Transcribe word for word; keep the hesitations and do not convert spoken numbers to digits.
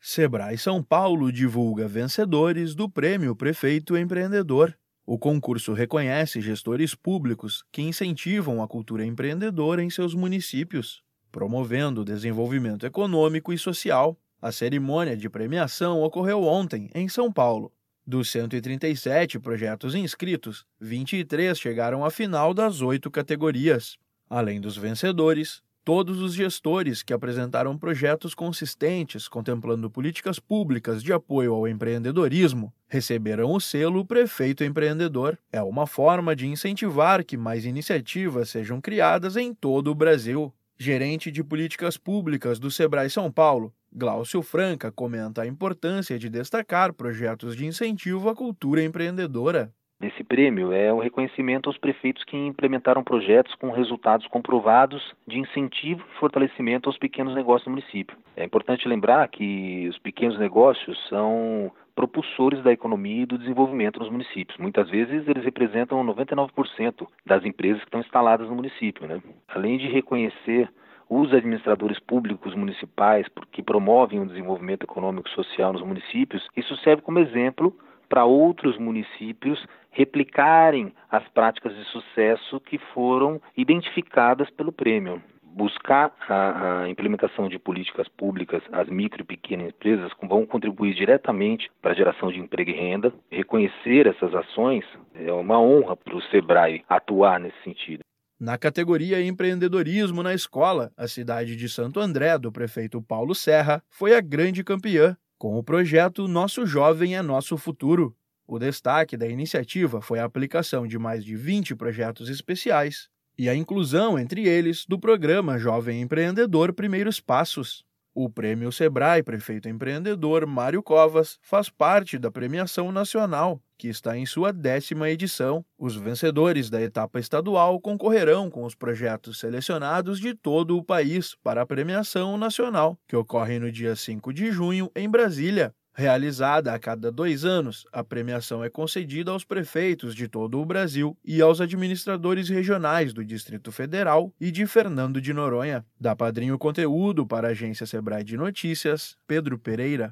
Sebrae São Paulo divulga vencedores do Prêmio Prefeito Empreendedor. O concurso reconhece gestores públicos que incentivam a cultura empreendedora em seus municípios, promovendo o desenvolvimento econômico e social. A cerimônia de premiação ocorreu ontem, em São Paulo. Dos cento e trinta e sete projetos inscritos, vinte e três chegaram à final das oito categorias. Além dos vencedores, todos os gestores que apresentaram projetos consistentes contemplando políticas públicas de apoio ao empreendedorismo receberam o selo Prefeito Empreendedor. É uma forma de incentivar que mais iniciativas sejam criadas em todo o Brasil. Gerente de Políticas Públicas do Sebrae São Paulo, Glaucio Franca, comenta a importância de destacar projetos de incentivo à cultura empreendedora. Esse prêmio é um reconhecimento aos prefeitos que implementaram projetos com resultados comprovados de incentivo e fortalecimento aos pequenos negócios do município. É importante lembrar que os pequenos negócios são propulsores da economia e do desenvolvimento nos municípios. Muitas vezes eles representam noventa e nove por cento das empresas que estão instaladas no município, né? Além de reconhecer os administradores públicos municipais que promovem o desenvolvimento econômico e social nos municípios, isso serve como exemplo para outros municípios replicarem as práticas de sucesso que foram identificadas pelo prêmio. Buscar a, a implementação de políticas públicas, as micro e pequenas empresas vão contribuir diretamente para a geração de emprego e renda. Reconhecer essas ações é uma honra para o Sebrae atuar nesse sentido. Na categoria Empreendedorismo na Escola, a cidade de Santo André, do prefeito Paulo Serra, foi a grande campeã, com o projeto Nosso Jovem é Nosso Futuro. O destaque da iniciativa foi a aplicação de mais de vinte projetos especiais e a inclusão, entre eles, do programa Jovem Empreendedor Primeiros Passos. O Prêmio Sebrae Prefeito Empreendedor Mário Covas faz parte da premiação nacional, que está em sua décima edição. Os vencedores da etapa estadual concorrerão com os projetos selecionados de todo o país para a premiação nacional, que ocorre no dia cinco de junho em Brasília. Realizada a cada dois anos, a premiação é concedida aos prefeitos de todo o Brasil e aos administradores regionais do Distrito Federal e de Fernando de Noronha. Da Padrinho Conteúdo para a agência Sebrae de Notícias, Pedro Pereira.